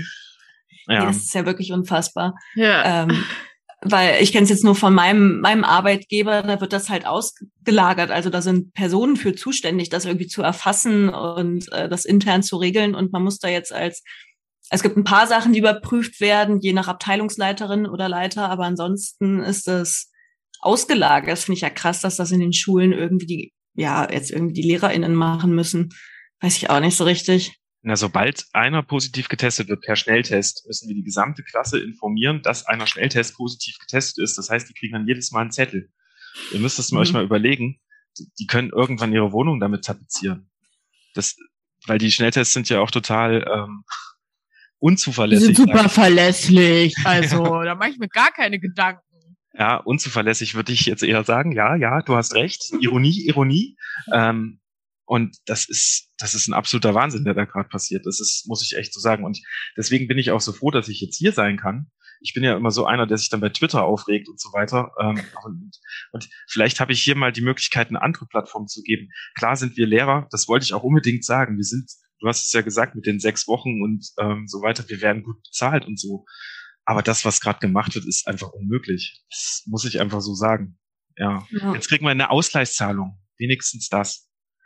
Ja. Nee, das ist ja wirklich unfassbar. Ja. Ähm, weil ich kenne es jetzt nur von meinem meinem Arbeitgeber, da wird das halt ausgelagert. Also da sind Personen für zuständig, das irgendwie zu erfassen und äh, das intern zu regeln. Und man muss da jetzt als, es gibt ein paar Sachen, die überprüft werden, je nach Abteilungsleiterin oder Leiter, aber ansonsten ist das ausgelagert. Das finde ich ja krass, dass das in den Schulen irgendwie die, ja, jetzt irgendwie die LehrerInnen machen müssen. Weiß ich auch nicht so richtig. Na, sobald einer positiv getestet wird per Schnelltest, müssen wir die gesamte Klasse informieren, dass einer Schnelltest positiv getestet ist. Das heißt, die kriegen dann jedes Mal einen Zettel. Ihr müsst es mhm. euch mal überlegen. Die können irgendwann ihre Wohnung damit tapezieren. Das, weil die Schnelltests sind ja auch total ähm, unzuverlässig. Die sind super verlässlich. Also, ja. Da mache ich mir gar keine Gedanken. Ja, unzuverlässig würde ich jetzt eher sagen. Ja, ja, du hast recht. Ironie, Ironie. Ähm, Und das ist, das ist ein absoluter Wahnsinn, der da gerade passiert. Das ist, muss ich echt so sagen. Und deswegen bin ich auch so froh, dass ich jetzt hier sein kann. Ich bin ja immer so einer, der sich dann bei Twitter aufregt und so weiter. Und, und vielleicht habe ich hier mal die Möglichkeit, eine andere Plattform zu geben. Klar sind wir Lehrer, das wollte ich auch unbedingt sagen. Wir sind, du hast es ja gesagt, mit den sechs Wochen und ähm, so weiter, wir werden gut bezahlt und so. Aber das, was gerade gemacht wird, ist einfach unmöglich. Das muss ich einfach so sagen. Ja. ja. Jetzt kriegen wir eine Ausgleichszahlung. Wenigstens das.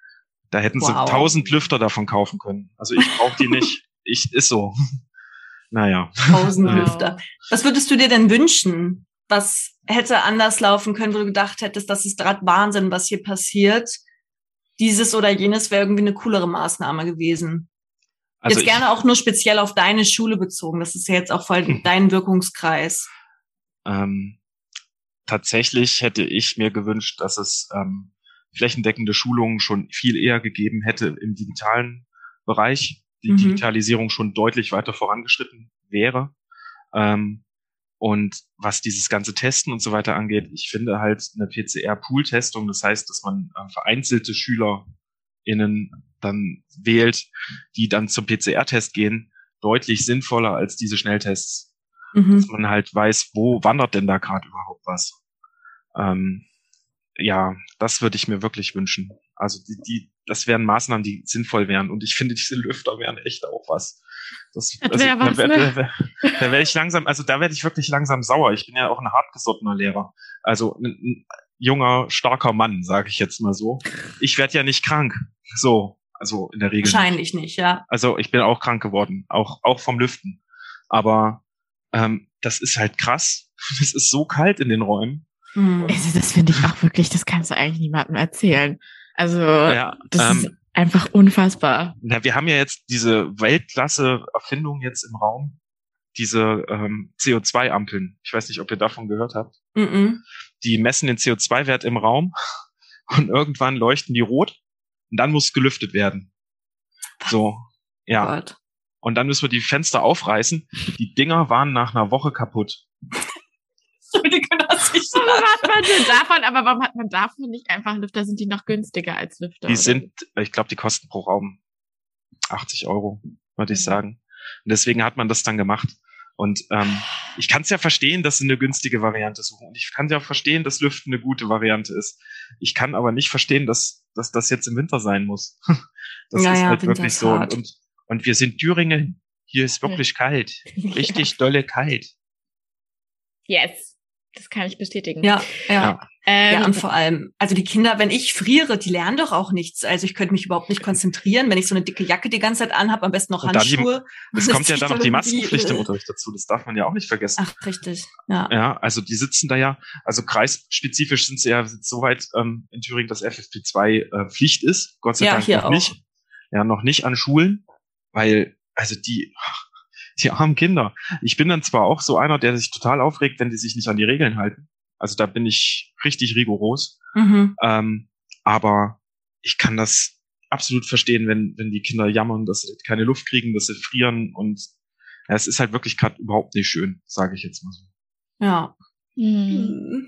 Da hätten wow. sie tausend Lüfter davon kaufen können. Also ich brauche die nicht. Ich ist so. Naja. Tausend Lüfter. Was würdest du dir denn wünschen? Was hätte anders laufen können, wo du gedacht hättest, das ist gerade Wahnsinn, was hier passiert? Dieses oder jenes wäre irgendwie eine coolere Maßnahme gewesen. Also jetzt gerne auch nur speziell auf deine Schule bezogen. Das ist ja jetzt auch voll dein Wirkungskreis. Ähm, tatsächlich hätte ich mir gewünscht, dass es ähm, flächendeckende Schulungen schon viel eher gegeben hätte im digitalen Bereich. Die mhm. Digitalisierung schon deutlich weiter vorangeschritten wäre. Ähm, und was dieses ganze Testen und so weiter angeht, ich finde halt eine P C R-Pool-Testung, das heißt, dass man äh, vereinzelte SchülerInnen dann wählt, die dann zum P C R-Test gehen, deutlich sinnvoller als diese Schnelltests. Mhm. Dass man halt weiß, wo wandert denn da gerade überhaupt was. Ähm, ja, das würde ich mir wirklich wünschen. Also die, die, das wären Maßnahmen, die sinnvoll wären. Und ich finde, diese Lüfter wären echt auch was. Das, das also, wär was, da wär, ne? da wär, da werde ich langsam, also da werde ich wirklich langsam sauer. Ich bin ja auch ein hartgesottener Lehrer. Also ein, ein junger, starker Mann, sage ich jetzt mal so. Ich werde ja nicht krank. So, also in der Regel. Wahrscheinlich nicht, ja. Also ich bin auch krank geworden, auch auch vom Lüften. Aber ähm, das ist halt krass. Es ist so kalt in den Räumen. Also das finde ich auch wirklich, das kannst du eigentlich niemandem erzählen. Also ja, das ähm, ist einfach unfassbar. Na, wir haben ja jetzt diese Weltklasse-Erfindung jetzt im Raum, diese ähm, C O zwei Ampeln. Ich weiß nicht, ob ihr davon gehört habt. Mhm. Die messen den C O zwei Wert im Raum und irgendwann leuchten die rot und dann muss gelüftet werden. So, ja. Gott. Und dann müssen wir die Fenster aufreißen. Die Dinger waren nach einer Woche kaputt. Entschuldigung, dass ich Warum hat man denn davon, aber warum hat man davon nicht einfach Lüfter? Sind die noch günstiger als Lüfter? Die oder? sind, ich glaube, die kosten pro Raum achtzig Euro, würde ich Mhm. sagen. Und deswegen hat man das dann gemacht. Und ähm, ich kann es ja verstehen, dass sie eine günstige Variante suchen. Und ich kann ja auch verstehen, dass Lüften eine gute Variante ist. Ich kann aber nicht verstehen, dass, dass das jetzt im Winter sein muss. Das Ja, ist ja, halt Winter wirklich ist so. Und, hart. und, und wir sind Thüringen. Hier ist wirklich kalt. Richtig dolle kalt. Yes. Das kann ich bestätigen. Ja, ja. Ja. Ähm, Ja, und vor allem, also die Kinder, wenn ich friere, die lernen doch auch nichts. Also ich könnte mich überhaupt nicht konzentrieren, wenn ich so eine dicke Jacke die ganze Zeit anhab, am besten noch Und dann die- Handschuhe. Es Und kommt ja sieht dann noch die irgendwie, Maskenpflicht im äh, Unterricht dazu. Das darf man ja auch nicht vergessen. Ach, richtig. Ja. Ja, also die sitzen da ja, also kreisspezifisch sind sie ja so weit ähm, in Thüringen, dass F F P zwei äh, Pflicht ist. Gott sei Ja, Dank hier noch auch. nicht. Ja, noch nicht an Schulen, weil, also die, die armen Kinder. Ich bin dann zwar auch so einer, der sich total aufregt, wenn die sich nicht an die Regeln halten. Also da bin ich richtig rigoros. Mhm. Ähm, aber ich kann das absolut verstehen, wenn, wenn die Kinder jammern, dass sie keine Luft kriegen, dass sie frieren und ja, es ist halt wirklich gerade überhaupt nicht schön, sage ich jetzt mal so. Ja. hm.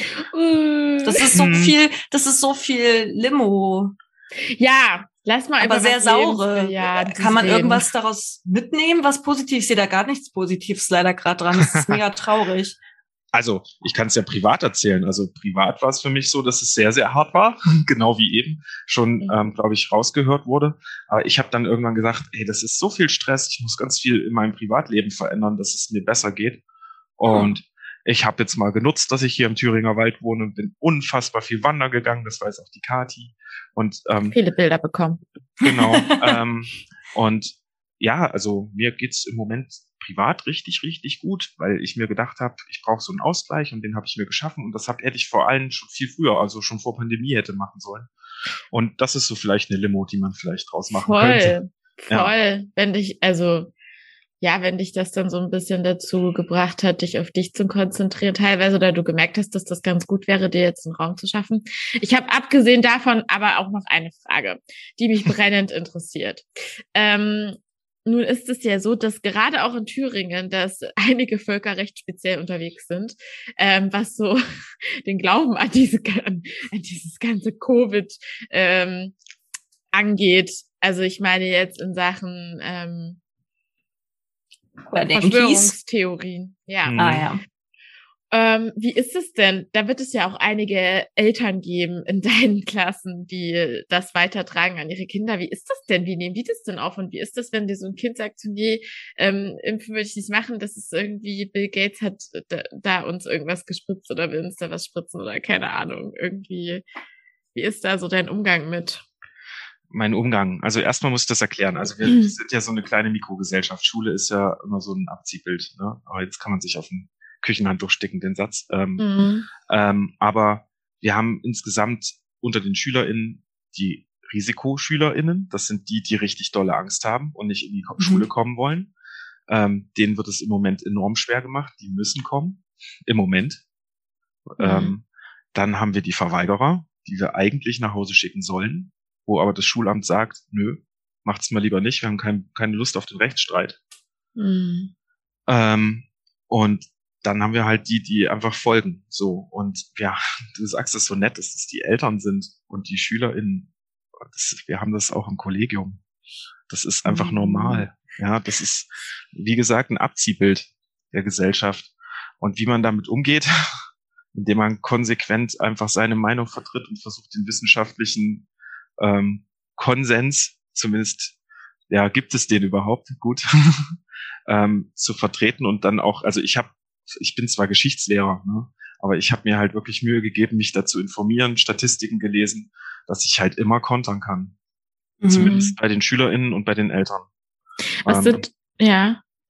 Das ist so Hm. viel, das ist so viel Limo. Ja, lass mal Aber über sehr was saure. Lebensbejahendes Kann man reden. irgendwas daraus mitnehmen, was positiv? Ich sehe da gar nichts Positives leider gerade dran. Das ist mega traurig. Also, ich kann es ja privat erzählen. Also privat war es für mich so, dass es sehr, sehr hart war, genau wie eben schon, Mhm. ähm, glaube ich, rausgehört wurde. Aber ich habe dann irgendwann gesagt, ey, das ist so viel Stress, ich muss ganz viel in meinem Privatleben verändern, dass es mir besser geht. Und ich habe jetzt mal genutzt, dass ich hier im Thüringer Wald wohne und bin unfassbar viel wandern gegangen. Das weiß auch die Kati. Und ähm, Viele Bilder bekommen. genau. ähm, und ja, also mir geht's im Moment privat richtig, richtig gut, weil ich mir gedacht habe, ich brauche so einen Ausgleich und den habe ich mir geschaffen und das hab, hätte ich vor allem schon viel früher, also schon vor Pandemie hätte machen sollen. Und das ist so vielleicht eine Limo, die man vielleicht draus machen Voll, könnte. voll. Ja. Wenn dich, also, ja, wenn dich das dann so ein bisschen dazu gebracht hat, dich auf dich zu konzentrieren, teilweise, oder du gemerkt hast, dass das ganz gut wäre, dir jetzt einen Raum zu schaffen. Ich habe abgesehen davon aber auch noch eine Frage, die mich brennend interessiert. Ähm, Nun ist es ja so, dass gerade auch in Thüringen, dass einige Völker recht speziell unterwegs sind, ähm, was so den Glauben an diese an, an dieses ganze Covid ähm, angeht. Also ich meine jetzt in Sachen ähm, Bei den Kies. Verschwörungstheorien. Ja. Mhm. Ah ja. Ähm, wie ist es denn? Da wird es ja auch einige Eltern geben in deinen Klassen, die das weitertragen an ihre Kinder. Wie ist das denn? Wie nehmen die das denn auf? Und wie ist das, wenn dir so ein Kind sagt, so, nee, ähm, impfen würde ich nicht machen, das ist irgendwie, Bill Gates hat da, da uns irgendwas gespritzt oder will uns da was spritzen oder keine Ahnung. Irgendwie, wie ist da so dein Umgang mit? Mein Umgang. Also erstmal muss ich das erklären. Also wir Mhm. sind ja so eine kleine Mikrogesellschaft. Schule ist ja immer so ein Abziehbild, ne? Aber jetzt kann man sich auf ein Küchenhandtuch sticken, den Satz. Ähm, Mhm. ähm, aber wir haben insgesamt unter den SchülerInnen die RisikoschülerInnen. Das sind die, die richtig dolle Angst haben und nicht in die Mhm. Schule kommen wollen. Ähm, denen wird es im Moment enorm schwer gemacht. Die müssen kommen. Im Moment. Mhm. Ähm, dann haben wir die Verweigerer, die wir eigentlich nach Hause schicken sollen, wo aber das Schulamt sagt, nö, macht's mal lieber nicht, wir haben kein, keine Lust auf den Rechtsstreit. Mhm. Ähm, und dann haben wir halt die, die einfach folgen. So. Und ja, du sagst es so nett, dass das die Eltern sind und die SchülerInnen. Das, wir haben das auch im Kollegium. Das ist einfach Mhm. normal. Ja, das ist, wie gesagt, ein Abziehbild der Gesellschaft. Und wie man damit umgeht, indem man konsequent einfach seine Meinung vertritt und versucht, den wissenschaftlichen ähm, Konsens, zumindest, ja, gibt es den überhaupt? Gut. ähm, zu vertreten und dann auch, also ich habe ich bin zwar Geschichtslehrer, ne, aber ich habe mir halt wirklich Mühe gegeben, mich dazu informieren, Statistiken gelesen, dass ich halt immer kontern kann. Mhm. Zumindest bei den SchülerInnen und bei den Eltern. Was Ähm, sind, ja.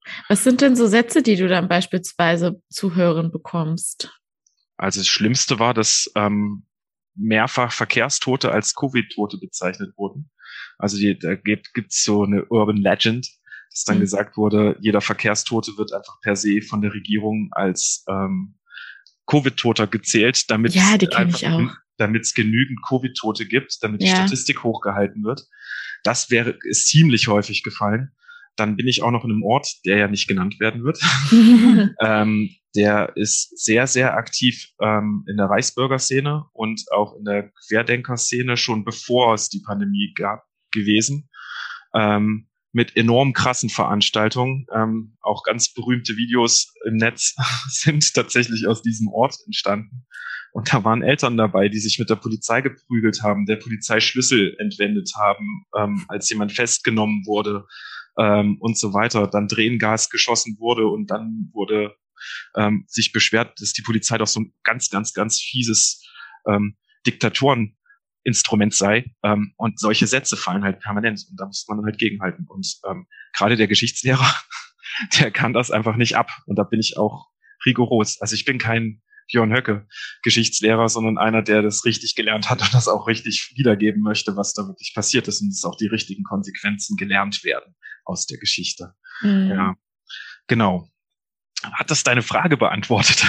Was sind denn so Sätze, die du dann beispielsweise zu hören bekommst? Also das Schlimmste war, dass ähm, mehrfach Verkehrstote als Covid-Tote bezeichnet wurden. Also die, da gibt es so eine Urban Legend, dass dann mhm. gesagt wurde, jeder Verkehrstote wird einfach per se von der Regierung als ähm, Covid-Toter gezählt, damit ja, die kenn ich auch. damit es genügend Covid-Tote gibt, damit die ja. Statistik hochgehalten wird. Das wäre ist ziemlich häufig gefallen. Dann bin ich auch noch in einem Ort, der ja nicht genannt werden wird. ähm, der ist sehr, sehr aktiv ähm, in der Reichsbürgerszene und auch in der Querdenker-Szene schon bevor es die Pandemie gab gewesen. Ähm, mit enorm krassen Veranstaltungen. Ähm, auch ganz berühmte Videos im Netz sind tatsächlich aus diesem Ort entstanden. Und da waren Eltern dabei, die sich mit der Polizei geprügelt haben, der Polizei Schlüssel entwendet haben, ähm, als jemand festgenommen wurde ähm, und so weiter. Dann Tränengas geschossen wurde und dann wurde ähm, sich beschwert, dass die Polizei doch so ein ganz, ganz, ganz fieses ähm, Diktatoreninstrument sei. Ähm, und solche Sätze fallen halt permanent und da muss man dann halt gegenhalten. Und ähm, gerade der Geschichtslehrer, der kann das einfach nicht ab. Und da bin ich auch rigoros. Also ich bin kein Björn Höcke Geschichtslehrer, sondern einer, der das richtig gelernt hat und das auch richtig wiedergeben möchte, was da wirklich passiert ist und dass auch die richtigen Konsequenzen gelernt werden aus der Geschichte. Mhm. Ja, genau. Hat das deine Frage beantwortet?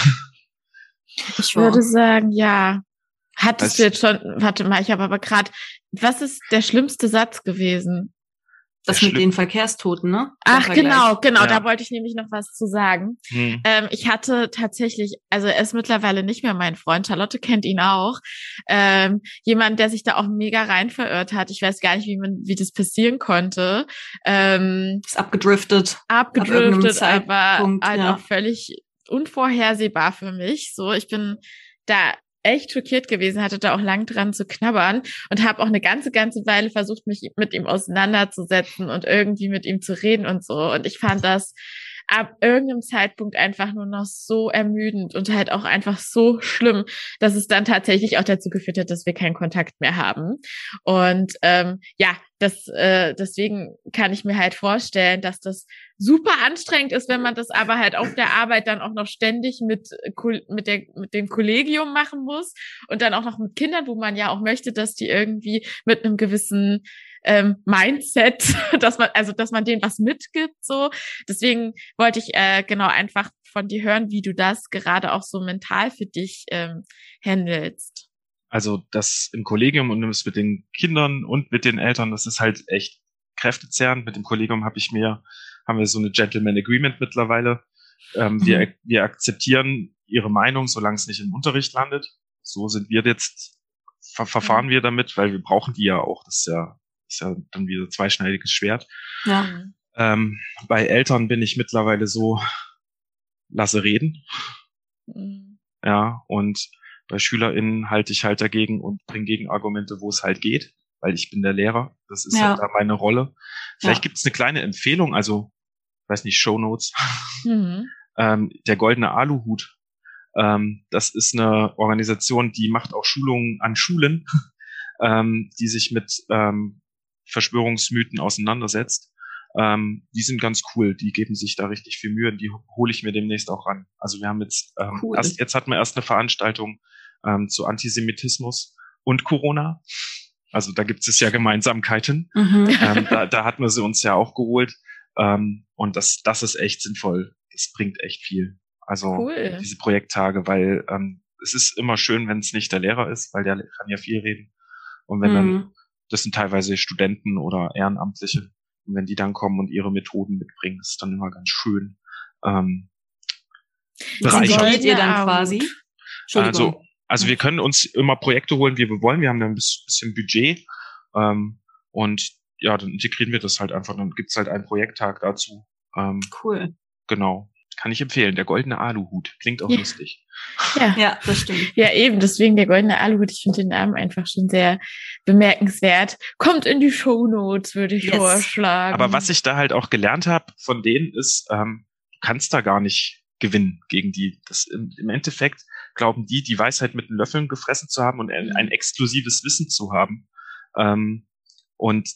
Ich würde sagen, ja. Hattest du jetzt schon, warte mal, ich habe aber gerade, was ist der schlimmste Satz gewesen? Das mit den Verkehrstoten, ne? Ach, genau, genau, ja. Da wollte ich nämlich noch was zu sagen. Hm. Ähm, ich hatte tatsächlich, also er ist mittlerweile nicht mehr mein Freund, Charlotte kennt ihn auch, ähm, jemand, der sich da auch mega rein verirrt hat. Ich weiß gar nicht, wie man, wie das passieren konnte. Ähm, ist abgedriftet. Abgedriftet, ab aber halt ja. auch völlig unvorhersehbar für mich. So, ich bin da echt schockiert gewesen, hatte da auch lang dran zu knabbern und habe auch eine ganze, ganze Weile versucht, mich mit ihm auseinanderzusetzen und irgendwie mit ihm zu reden und so. Und ich fand das ab irgendeinem Zeitpunkt einfach nur noch so ermüdend und halt auch einfach so schlimm, dass es dann tatsächlich auch dazu geführt hat, dass wir keinen Kontakt mehr haben. Und ähm, ja, das äh, deswegen kann ich mir halt vorstellen, dass das super anstrengend ist, wenn man das aber halt auf der Arbeit dann auch noch ständig mit mit der mit dem Kollegium machen muss und dann auch noch mit Kindern, wo man ja auch möchte, dass die irgendwie mit einem gewissen ähm, Mindset, dass man also dass man denen was mitgibt, so. Deswegen wollte ich äh, genau einfach von dir hören, wie du das gerade auch so mental für dich ähm, handelst. Also das im Kollegium und das mit den Kindern und mit den Eltern, das ist halt echt kräftezehrend. Mit dem Kollegium habe ich mir, haben wir so eine Gentleman Agreement mittlerweile. Ähm, mhm. wir, wir akzeptieren ihre Meinung, solange es nicht im Unterricht landet. So sind wir jetzt, ver- verfahren mhm. wir damit, weil wir brauchen die ja auch. Das ist ja, ist ja dann wieder ein zweischneidiges Schwert. Ja. Ähm, bei Eltern bin ich mittlerweile so, lasse reden. Mhm. Ja, und bei SchülerInnen halte ich halt dagegen und bringe Gegenargumente, wo es halt geht, weil ich bin der Lehrer. Das ist ja. halt da meine Rolle. Vielleicht ja. gibt es eine kleine Empfehlung, also, weiß nicht, Shownotes. Mhm. ähm, der Goldene Aluhut. Ähm, das ist eine Organisation, die macht auch Schulungen an Schulen, ähm, die sich mit ähm, Verschwörungsmythen auseinandersetzt. Ähm, die sind ganz cool, die geben sich da richtig viel Mühe, die hole ich mir demnächst auch ran. Also wir haben jetzt, ähm, cool. erst, jetzt hatten wir erst eine Veranstaltung ähm, zu Antisemitismus und Corona. Also da gibt es ja Gemeinsamkeiten. Mhm. Ähm, da, da hatten wir sie uns ja auch geholt. Ähm, und das, das ist echt sinnvoll. Das bringt echt viel. Also cool. Diese Projekttage, weil ähm, es ist immer schön, wenn es nicht der Lehrer ist, weil der kann ja viel reden. Und wenn mhm. dann, das sind teilweise Studenten oder Ehrenamtliche, und wenn die dann kommen und ihre Methoden mitbringen, ist dann immer ganz schön. Ähm, bereichernd. Ihr dann quasi? Also, also wir können uns immer Projekte holen, wie wir wollen. Wir haben dann ein bisschen Budget. Ähm, und ja, dann integrieren wir das halt einfach. Dann gibt's halt einen Projekttag dazu. Ähm, cool. Genau. Kann ich empfehlen. Der Goldene Aluhut. Klingt auch ja. lustig. Ja. ja, das stimmt. Ja, eben. Deswegen der Goldene Aluhut. Ich finde den Namen einfach schon sehr bemerkenswert. Kommt in die Shownotes, würde ich yes. vorschlagen. Aber was ich da halt auch gelernt habe von denen ist, ähm, du kannst da gar nicht gewinnen gegen die. Das im, im Endeffekt glauben die, die Weisheit mit den Löffeln gefressen zu haben und ein, ein exklusives Wissen zu haben. Ähm, und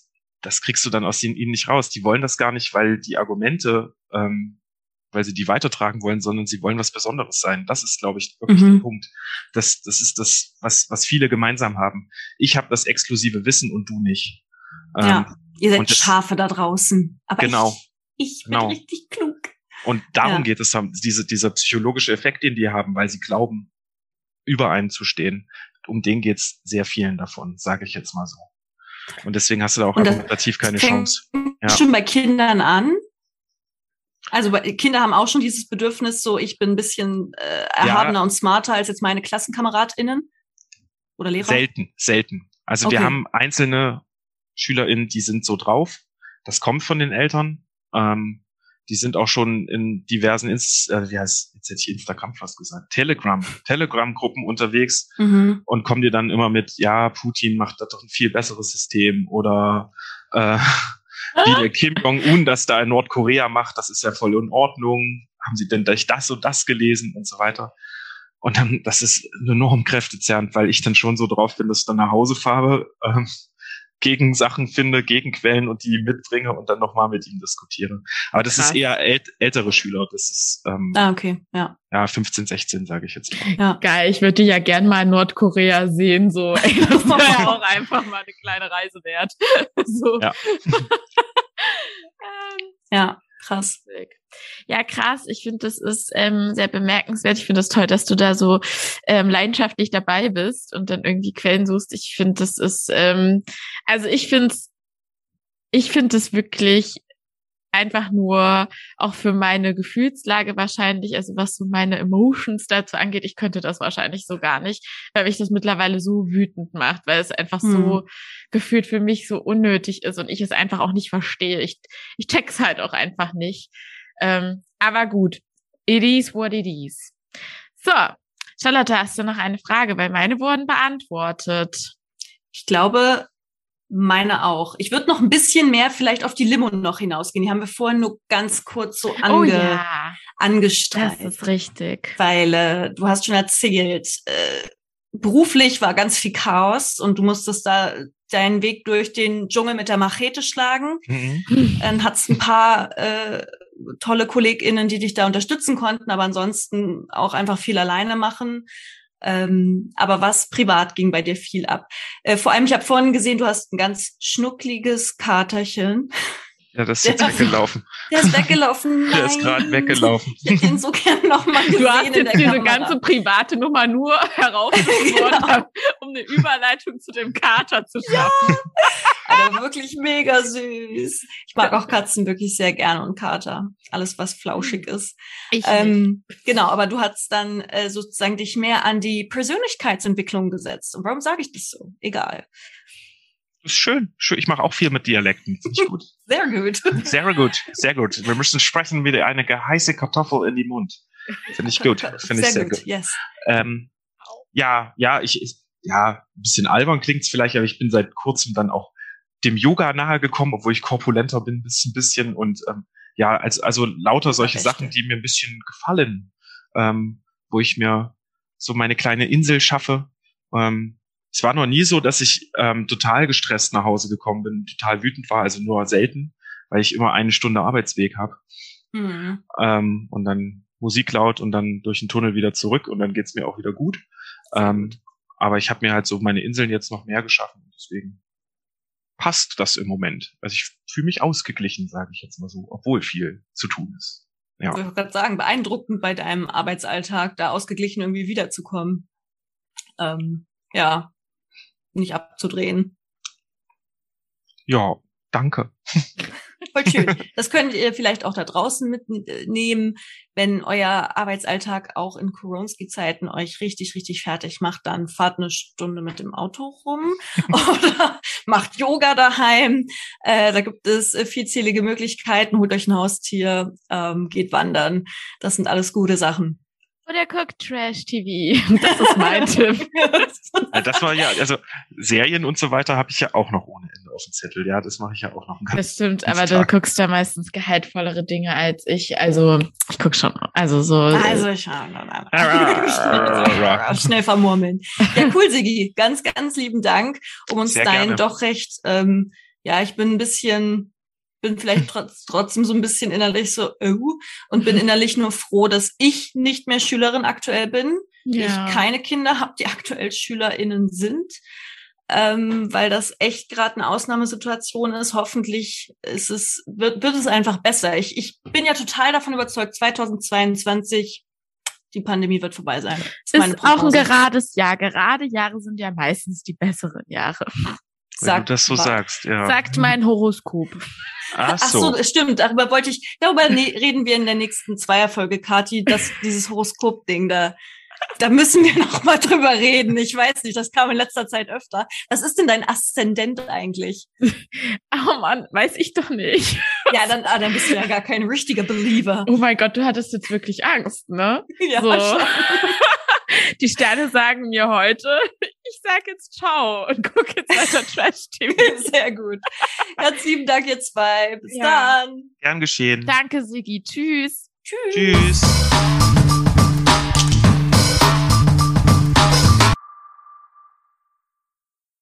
das kriegst du dann aus ihnen nicht raus. Die wollen das gar nicht, weil die Argumente, ähm, weil sie die weitertragen wollen, sondern sie wollen was Besonderes sein. Das ist, glaube ich, wirklich mhm. der Punkt. Das, das ist das, was, was viele gemeinsam haben. Ich habe das exklusive Wissen und du nicht. Ja, ähm, ihr seid das, Schafe da draußen. Aber genau, ich, ich bin genau. richtig klug. Und darum ja. geht es, diese, dieser psychologische Effekt, den die haben, weil sie glauben, über einem zu stehen. Um den geht's sehr vielen davon, sage ich jetzt mal so. Und deswegen hast du da auch argumentativ keine Chance. Ja. Schon bei Kindern an. Also Kinder haben auch schon dieses Bedürfnis, so ich bin ein bisschen äh, erhabener ja. und smarter als jetzt meine KlassenkameradInnen oder Lehrer? Selten, selten. Also okay. wir haben einzelne SchülerInnen, die sind so drauf. Das kommt von den Eltern. Ähm, die sind auch schon in diversen, Inst- äh, wie heißt, jetzt hätte ich Instagram fast gesagt, Telegram, Telegram-Gruppen unterwegs mhm. und kommen dir dann immer mit, ja, Putin macht da doch ein viel besseres System oder äh, wie der Kim Jong-un das da in Nordkorea macht, das ist ja voll in Ordnung. Haben Sie denn das und das gelesen und so weiter? Und dann, das ist enorm kräftezerrend, weil ich dann schon so drauf bin, dass ich dann nach Hause fahre, ähm, gegen Sachen finde, gegen Quellen und die mitbringe und dann nochmal mit ihm diskutiere. Aber das Krass. ist eher äl- ältere Schüler. Das ist ähm, ah, okay, ja. Ja, fünfzehn, sechzehn, sage ich jetzt mal. Ja. Geil, ich würde dich ja gern mal in Nordkorea sehen. So, ey, das wäre ja auch einfach mal eine kleine Reise wert. so. Ja. ja, krass. Ja, krass. Ich finde, das ist ähm, sehr bemerkenswert. Ich finde es das toll, dass du da so ähm, leidenschaftlich dabei bist und dann irgendwie Quellen suchst. Ich finde, das ist, ähm, also ich finde es, ich finde es wirklich einfach nur auch für meine Gefühlslage wahrscheinlich, also was so meine Emotions dazu angeht, ich könnte das wahrscheinlich so gar nicht, weil mich das mittlerweile so wütend macht, weil es einfach hm. so gefühlt für mich so unnötig ist und ich es einfach auch nicht verstehe. Ich, ich check's halt auch einfach nicht. Ähm, aber gut, it is what it is. So, Charlotte, hast du noch eine Frage? Weil meine wurden beantwortet. Ich glaube, meine auch. Ich würde noch ein bisschen mehr vielleicht auf die Limo noch hinausgehen. Die haben wir vorhin nur ganz kurz so ange- oh, ja. angestreift. Das ist richtig. Weil äh, du hast schon erzählt, äh, beruflich war ganz viel Chaos und du musstest da deinen Weg durch den Dschungel mit der Machete schlagen. Mhm. Dann hat's ein paar äh, tolle KollegInnen, die dich da unterstützen konnten, aber ansonsten auch einfach viel alleine machen. Ähm, aber was privat ging bei dir viel ab? Äh, vor allem, ich habe vorhin gesehen, du hast ein ganz schnuckliges Katerchen. Ja, das ist jetzt der, weggelaufen. Der ist weggelaufen. Nein. Der ist gerade weggelaufen. Ich hätte ihn so gerne nochmal gesehen. Du hast in jetzt der diese Kamera. ganze private Nummer nur herausgefunden, genau. um eine Überleitung zu dem Kater zu schaffen. Ja, also wirklich mega süß. Ich mag auch Katzen wirklich sehr gerne und Kater. Alles, was flauschig ist. Ich ähm, genau, aber du hast dann äh, sozusagen dich mehr an die Persönlichkeitsentwicklung gesetzt. Und warum sage ich das so? Egal. Das ist schön. schön. Ich mache auch viel mit Dialekten. Finde ich gut. Sehr gut. Sehr gut, sehr gut. Wir müssen sprechen wie eine heiße Kartoffel in den Mund. Finde ich gut. Finde ich sehr gut. gut. Yes. Ähm, ja, ja, ich, ich, ja, ein bisschen albern klingt's vielleicht, aber ich bin seit kurzem dann auch dem Yoga nahe gekommen, obwohl ich korpulenter bin, ein bisschen, bisschen und ähm, ja, also, also lauter solche Sachen, die mir ein bisschen gefallen, ähm, wo ich mir so meine kleine Insel schaffe. Ähm, Es war noch nie so, dass ich ähm, total gestresst nach Hause gekommen bin, total wütend war, also nur selten, weil ich immer eine Stunde Arbeitsweg habe. Mhm. Ähm, und dann Musik laut und dann durch den Tunnel wieder zurück und dann geht's mir auch wieder gut. Ähm, aber ich habe mir halt so meine Inseln jetzt noch mehr geschaffen und deswegen passt das im Moment. Also ich fühle mich ausgeglichen, sage ich jetzt mal so, obwohl viel zu tun ist. Ja. Ich wollte gerade sagen, beeindruckend bei deinem Arbeitsalltag, da ausgeglichen irgendwie wiederzukommen. Ähm, ja. Nicht abzudrehen. Ja, danke. Voll schön. Das könnt ihr vielleicht auch da draußen mitnehmen, wenn euer Arbeitsalltag auch in Koronski-Zeiten euch richtig, richtig fertig macht, dann fahrt eine Stunde mit dem Auto rum oder macht Yoga daheim. Äh, da gibt es vielzählige Möglichkeiten. Holt euch ein Haustier, ähm, geht wandern. Das sind alles gute Sachen. Oder guckt Trash-T V. Das ist mein Tipp. Ja, das war ja, also Serien und so weiter habe ich ja auch noch ohne Ende auf dem Zettel. Ja, das mache ich ja auch noch. Das stimmt, aber Tag. Du guckst da meistens gehaltvollere Dinge als ich. Also ich guck schon, also so. Also ich schnell vermurmeln. Ja, cool, Siggi. Ganz, ganz lieben Dank, um uns Sehr deinen gerne. doch recht ähm, ja, ich bin ein bisschen, bin vielleicht trotz, trotzdem so ein bisschen innerlich so, oh, und bin innerlich nur froh, dass ich nicht mehr Schülerin aktuell bin. Ja. Ich keine Kinder habe, die aktuell SchülerInnen sind. Ähm, weil das echt gerade eine Ausnahmesituation ist. Hoffentlich ist es, wird, wird es einfach besser. Ich, ich bin ja total davon überzeugt, zweitausendzweiundzwanzig, die Pandemie wird vorbei sein. Das ist, ist auch ein gerades Jahr. Gerade Jahre sind ja meistens die besseren Jahre. Wenn sagt, du das so sagst, ja. Sagt mein Horoskop. Ach so. Ach so, stimmt. Darüber wollte ich, darüber ne- reden wir in der nächsten Zweierfolge, Kathi, dass dieses Horoskop-Ding da, Da müssen wir noch mal drüber reden. Ich weiß nicht, das kam in letzter Zeit öfter. Was ist denn dein Aszendent eigentlich? Oh Mann, weiß ich doch nicht. Ja, dann, ah, dann bist du ja gar kein richtiger Believer. Oh mein Gott, du hattest jetzt wirklich Angst, ne? Ja, so. schon. Die Sterne sagen mir heute, ich sag jetzt ciao und gucke jetzt weiter Trash-T V. Sehr gut. Ganz lieben Dank, ihr zwei. Bis ja. dann. Gern geschehen. Danke, Sigi. Tschüss. Tschüss. Tschüss.